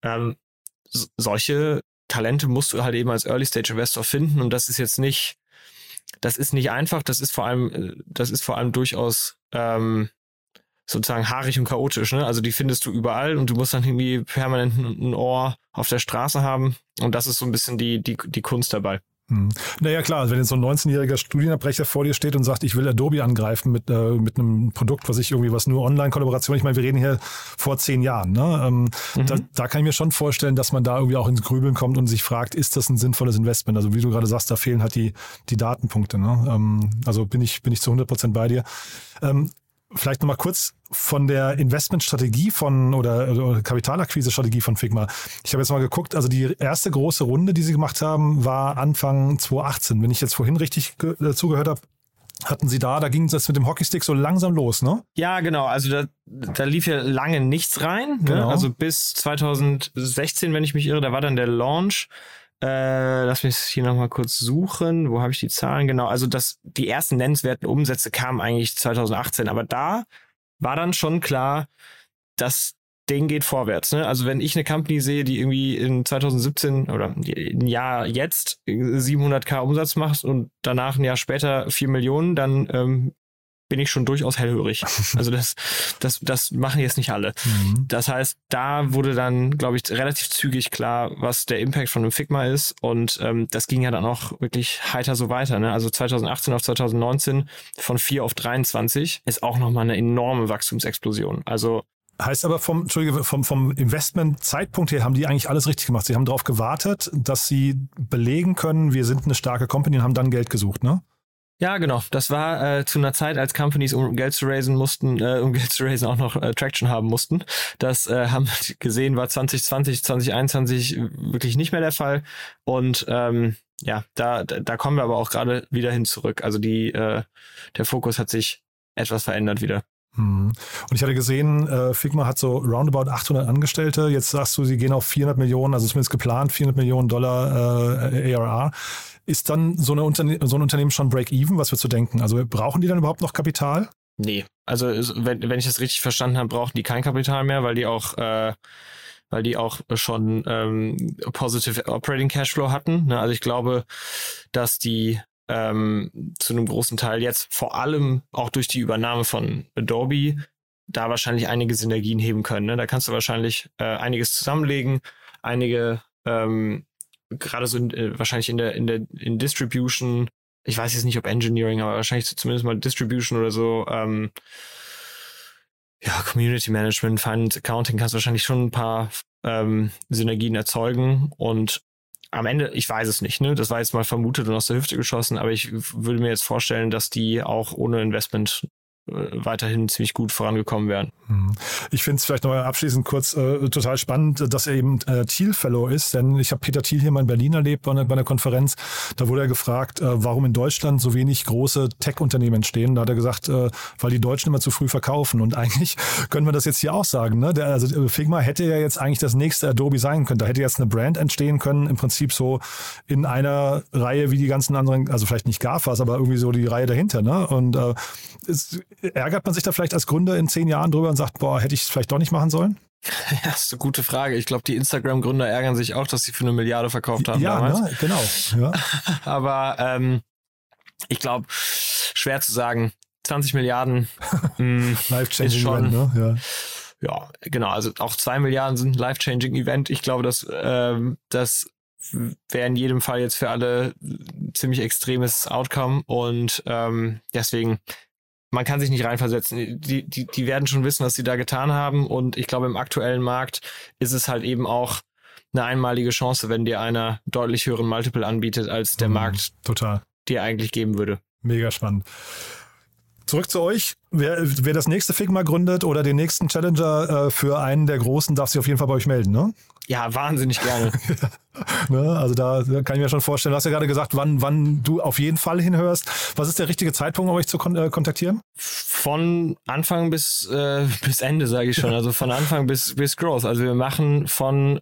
S4: Solche Talente musst du halt eben als Early-Stage-Investor finden und das ist nicht einfach, das ist vor allem durchaus sozusagen haarig und chaotisch, ne? Also die findest du überall und du musst dann irgendwie permanent ein Ohr auf der Straße haben und das ist so ein bisschen die Kunst dabei.
S3: Naja, klar, wenn jetzt so ein 19-jähriger Studienabbrecher vor dir steht und sagt, ich will Adobe angreifen mit einem Produkt, was nur Online-Kollaboration, ich meine, wir reden hier vor 10 Jahren, ne? Da kann ich mir schon vorstellen, dass man da irgendwie auch ins Grübeln kommt und sich fragt, ist das ein sinnvolles Investment? Also wie du gerade sagst, da fehlen halt die Datenpunkte, ne? Also bin ich zu 100% bei dir. Vielleicht nochmal kurz von der Investmentstrategie oder Kapitalakquise-Strategie von Figma. Ich habe jetzt mal geguckt, also die erste große Runde, die sie gemacht haben, war Anfang 2018. Wenn ich jetzt vorhin richtig zugehört habe, hatten sie da ging das mit dem Hockeystick so langsam los, ne?
S4: Ja, genau. Also da lief ja lange nichts rein.
S3: Genau.
S4: Ne? Also bis 2016, wenn ich mich irre, da war dann der Launch. Lass mich hier nochmal kurz suchen. Wo habe ich die Zahlen? Genau, also die ersten nennenswerten Umsätze kamen eigentlich 2018, aber da war dann schon klar, das Ding geht vorwärts. Ne? Also wenn ich eine Company sehe, die irgendwie in 2017 oder ein Jahr jetzt 700.000 Umsatz macht und danach ein Jahr später 4 Millionen, dann bin ich schon durchaus hellhörig. Also das machen jetzt nicht alle. Das heißt, da wurde dann, glaube ich, relativ zügig klar, was der Impact von einem Figma ist und das ging ja dann auch wirklich heiter so weiter. Ne? Also 2018 auf 2019 von 4 auf 23 ist auch nochmal eine enorme Wachstumsexplosion. Also
S3: heißt aber vom Investment-Zeitpunkt her haben die eigentlich alles richtig gemacht. Sie haben darauf gewartet, dass sie belegen können, wir sind eine starke Company und haben dann Geld gesucht, ne?
S4: Ja, genau. Das war zu einer Zeit, als Companies, um Geld zu raisen auch noch Traction haben mussten. Das haben wir gesehen, war 2020, 2021 wirklich nicht mehr der Fall. Und da kommen wir aber auch gerade wieder hin zurück. Also der Fokus hat sich etwas verändert wieder.
S3: Und ich hatte gesehen, Figma hat so roundabout 800 Angestellte. Jetzt sagst du, sie gehen auf 400 Millionen, also zumindest geplant, $400 Millionen ARR. Ist dann so ein Unternehmen schon Break-Even? Was würdest du denken? Also brauchen die dann überhaupt noch Kapital?
S4: Nee, also wenn ich das richtig verstanden habe, brauchen die kein Kapital mehr, weil die auch schon Positive Operating Cashflow hatten. Ne? Also ich glaube, dass die zu einem großen Teil jetzt vor allem auch durch die Übernahme von Adobe da wahrscheinlich einige Synergien heben können. Ne? Da kannst du wahrscheinlich einiges zusammenlegen, einige gerade so wahrscheinlich in Distribution, ich weiß jetzt nicht, ob Engineering, aber wahrscheinlich zumindest mal Distribution oder so, Community Management, Finance, Accounting, kannst du wahrscheinlich schon ein paar Synergien erzeugen und am Ende, ich weiß es nicht, ne? Das war jetzt mal vermutet und aus der Hüfte geschossen, aber ich würde mir jetzt vorstellen, dass die auch ohne Investment weiterhin ziemlich gut vorangekommen wären.
S3: Ich finde es vielleicht noch abschließend kurz total spannend, dass er eben Thiel Fellow ist, denn ich habe Peter Thiel hier mal in Berlin erlebt bei einer Konferenz. Da wurde er gefragt, warum in Deutschland so wenig große Tech-Unternehmen entstehen. Da hat er gesagt, weil die Deutschen immer zu früh verkaufen. Und eigentlich können wir das jetzt hier auch sagen. Ne? Also Figma hätte ja jetzt eigentlich das nächste Adobe sein können. Da hätte jetzt eine Brand entstehen können, im Prinzip so in einer Reihe wie die ganzen anderen, also vielleicht nicht GAFAs, aber irgendwie so die Reihe dahinter. Ne? Und ärgert man sich da vielleicht als Gründer in 10 Jahren drüber und sagt, boah, hätte ich es vielleicht doch nicht machen sollen?
S4: Ja, das ist eine gute Frage. Ich glaube, die Instagram-Gründer ärgern sich auch, dass sie für 1 Milliarde verkauft haben damals.
S3: Ne? Genau. Ja.
S4: Aber ich glaube, schwer zu sagen. 20 Milliarden
S3: Life-changing Event, ne?
S4: Ja, genau. Also auch 2 Milliarden sind ein Life-changing Event. Ich glaube, das wäre in jedem Fall jetzt für alle ziemlich extremes Outcome und deswegen man kann sich nicht reinversetzen. Die werden schon wissen, was sie da getan haben. Und ich glaube, im aktuellen Markt ist es halt eben auch eine einmalige Chance, wenn dir einer deutlich höheren Multiple anbietet, als der Markt dir eigentlich geben würde.
S3: Mega spannend. Zurück zu euch. Wer das nächste Figma gründet oder den nächsten Challenger für einen der Großen, darf sich auf jeden Fall bei euch melden, ne?
S4: Ja, wahnsinnig gerne.
S3: Ne? Also da kann ich mir schon vorstellen, du hast ja gerade gesagt, wann du auf jeden Fall hinhörst. Was ist der richtige Zeitpunkt, um euch zu kontaktieren?
S4: Von Anfang bis Ende, sage ich schon. Also von Anfang bis Growth. Also wir machen von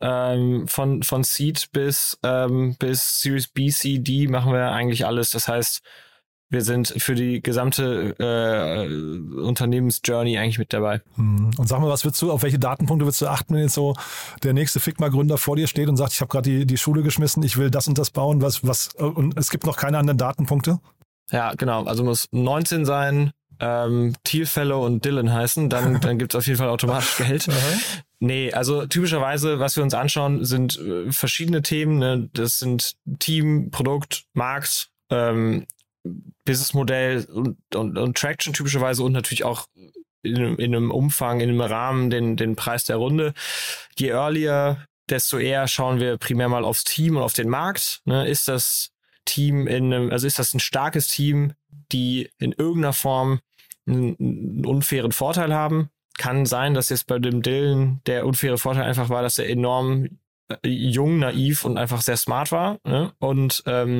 S4: Seed bis Series B, C, D machen wir eigentlich alles. Das heißt, wir sind für die gesamte Unternehmensjourney eigentlich mit dabei. Und
S3: sag mal, auf welche Datenpunkte würdest du achten, wenn jetzt so der nächste Figma-Gründer vor dir steht und sagt, ich habe gerade die Schule geschmissen, ich will das und das bauen, und es gibt noch keine anderen Datenpunkte?
S4: Ja, genau. Also muss 19 sein, Thiel Fellow und Dylan heißen, dann gibt es auf jeden Fall automatisch Geld. Nee, also typischerweise, was wir uns anschauen, sind verschiedene Themen. Ne? Das sind Team, Produkt, Markt, Businessmodell und Traction typischerweise und natürlich auch in einem Umfang, in einem Rahmen den Preis der Runde. Je earlier, desto eher schauen wir primär mal aufs Team und auf den Markt. Ne? Ist das Team ist das ein starkes Team, die in irgendeiner Form einen unfairen Vorteil haben? Kann sein, dass jetzt bei dem Dylan der unfaire Vorteil einfach war, dass er enorm jung, naiv und einfach sehr smart war, ne? Und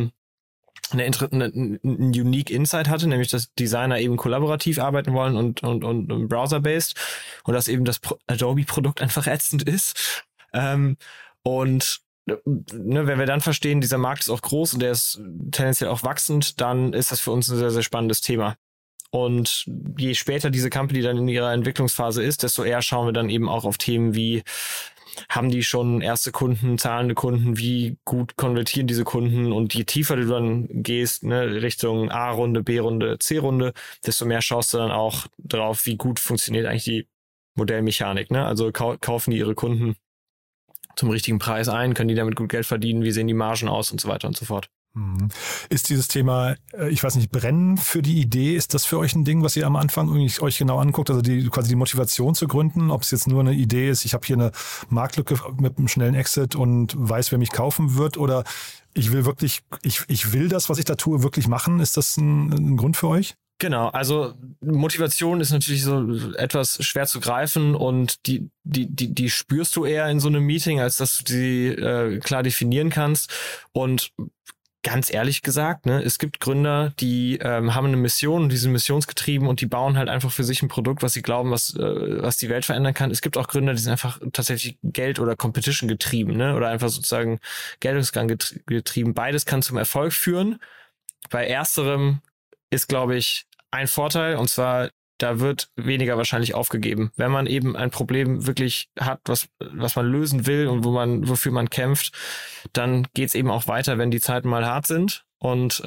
S4: einen unique Insight hatte, nämlich dass Designer eben kollaborativ arbeiten wollen und browser-based und dass eben das Adobe-Produkt einfach ätzend ist. Und wenn wir dann verstehen, dieser Markt ist auch groß und der ist tendenziell auch wachsend, dann ist das für uns ein sehr, sehr spannendes Thema. Und je später diese Company dann in ihrer Entwicklungsphase ist, desto eher schauen wir dann eben auch auf Themen wie, haben die schon erste Kunden, zahlende Kunden, wie gut konvertieren diese Kunden, und je tiefer du dann gehst, ne, Richtung A-Runde, B-Runde, C-Runde, desto mehr schaust du dann auch drauf, wie gut funktioniert eigentlich die Modellmechanik, ne? Also kaufen die ihre Kunden zum richtigen Preis ein, können die damit gut Geld verdienen, wie sehen die Margen aus und so weiter und so fort.
S3: Ist dieses Thema, ich weiß nicht, brennen für die Idee, ist das für euch ein Ding, was ihr am Anfang irgendwie euch genau anguckt? Also quasi die Motivation zu gründen, ob es jetzt nur eine Idee ist, ich habe hier eine Marktlücke mit einem schnellen Exit und weiß, wer mich kaufen wird, oder ich will wirklich, ich will das, was ich da tue, wirklich machen. Ist das ein Grund für euch?
S4: Genau, also Motivation ist natürlich so etwas schwer zu greifen und die spürst du eher in so einem Meeting, als dass du sie klar definieren kannst. Und ganz ehrlich gesagt, ne, es gibt Gründer, die haben eine Mission und die sind missionsgetrieben und die bauen halt einfach für sich ein Produkt, was sie glauben, was die Welt verändern kann. Es gibt auch Gründer, die sind einfach tatsächlich Geld- oder Competition getrieben, ne, oder einfach sozusagen Geltungsgang getrieben. Beides kann zum Erfolg führen. Bei ersterem ist, glaube ich, ein Vorteil, und zwar, da wird weniger wahrscheinlich aufgegeben. Wenn man eben ein Problem wirklich hat, was man lösen will und wofür man kämpft, dann geht's eben auch weiter, wenn die Zeiten mal hart sind. Und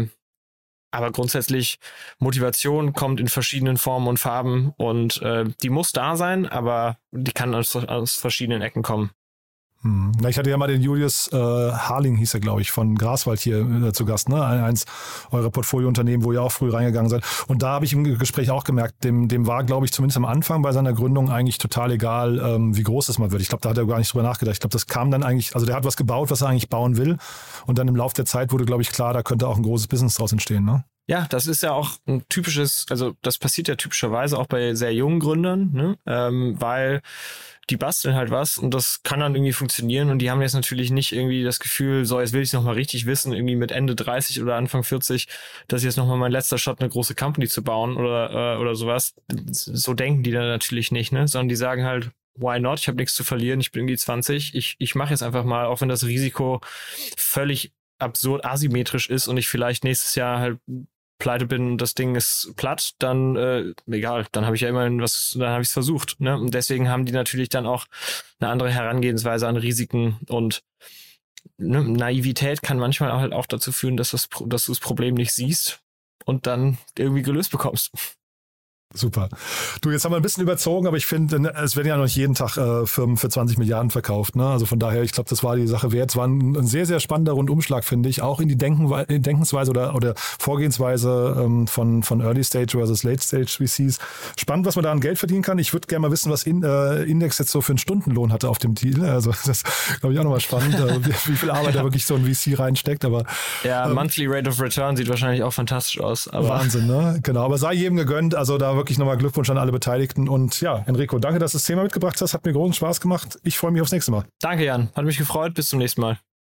S4: aber grundsätzlich, Motivation kommt in verschiedenen Formen und Farben und die muss da sein, aber die kann aus verschiedenen Ecken kommen.
S3: Na, ich hatte ja mal den Julius Harling, hieß er, glaube ich, von Graswald hier zu Gast, ne? Eins eurer Portfoliounternehmen, wo ihr auch früh reingegangen seid. Und da habe ich im Gespräch auch gemerkt, dem war, glaube ich, zumindest am Anfang bei seiner Gründung eigentlich total egal, wie groß das mal wird. Ich glaube, da hat er gar nicht drüber nachgedacht. Ich glaube, das kam dann eigentlich, also der hat was gebaut, was er eigentlich bauen will. Und dann im Laufe der Zeit wurde, glaube ich, klar, da könnte auch ein großes Business draus entstehen, ne?
S4: Ja, das ist ja auch ein typisches, also das passiert ja typischerweise auch bei sehr jungen Gründern, ne? Weil die basteln halt was und das kann dann irgendwie funktionieren und die haben jetzt natürlich nicht irgendwie das Gefühl, so, jetzt will ich es nochmal richtig wissen, irgendwie mit Ende 30 oder Anfang 40, dass jetzt nochmal mein letzter Shot, eine große Company zu bauen oder sowas. So denken die dann natürlich nicht, ne? Sondern die sagen halt, why not? Ich habe nichts zu verlieren, ich bin irgendwie 20, ich mache jetzt einfach mal, auch wenn das Risiko völlig absurd asymmetrisch ist und ich vielleicht nächstes Jahr halt pleite bin und das Ding ist platt, dann egal, dann habe ich ja immerhin dann habe ich es versucht, ne? Und deswegen haben die natürlich dann auch eine andere Herangehensweise an Risiken und ne, Naivität kann manchmal halt auch dazu führen, dass du das Problem nicht siehst und dann irgendwie gelöst bekommst.
S3: Super. Du, jetzt haben wir ein bisschen überzogen, aber ich finde, es werden ja noch nicht jeden Tag Firmen für 20 Milliarden verkauft, ne? Also von daher, ich glaube, das war die Sache wert. Es war ein sehr, sehr spannender Rundumschlag, finde ich, auch in die Denkensweise oder Vorgehensweise von Early Stage versus Late Stage VCs. Spannend, was man da an Geld verdienen kann. Ich würde gerne mal wissen, was Index jetzt so für einen Stundenlohn hatte auf dem Deal. Also das glaube ich auch nochmal spannend, wie viel Arbeit da wirklich so ein VC reinsteckt. Aber
S4: ja, Monthly Rate of Return sieht wahrscheinlich auch fantastisch aus. Aber
S3: Wahnsinn, ne? Genau, aber sei jedem gegönnt. Also da wirklich nochmal Glückwunsch an alle Beteiligten. Und ja, Enrico, danke, dass du das Thema mitgebracht hast. Hat mir großen Spaß gemacht. Ich freue mich aufs nächste Mal.
S4: Danke, Jan. Hat mich gefreut. Bis zum nächsten Mal.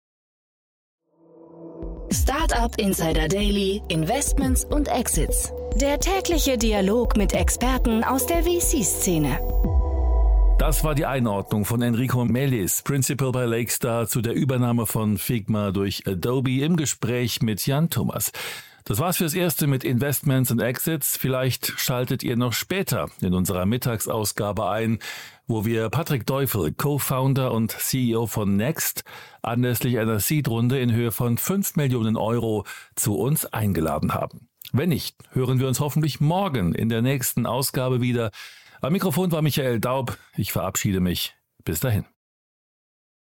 S1: Startup Insider Daily, Investments und Exits. Der tägliche Dialog mit Experten aus der VC-Szene.
S2: Das war die Einordnung von Enrico Melis, Principal bei Lakestar, zu der Übernahme von Figma durch Adobe im Gespräch mit Jan Thomas. Das war's fürs Erste mit Investments und Exits. Vielleicht schaltet ihr noch später in unserer Mittagsausgabe ein, wo wir Patrick Teufel, Co-Founder und CEO von Next, anlässlich einer Seed-Runde in Höhe von 5 Millionen Euro zu uns eingeladen haben. Wenn nicht, hören wir uns hoffentlich morgen in der nächsten Ausgabe wieder. Am Mikrofon war Michael Daub. Ich verabschiede mich. Bis dahin.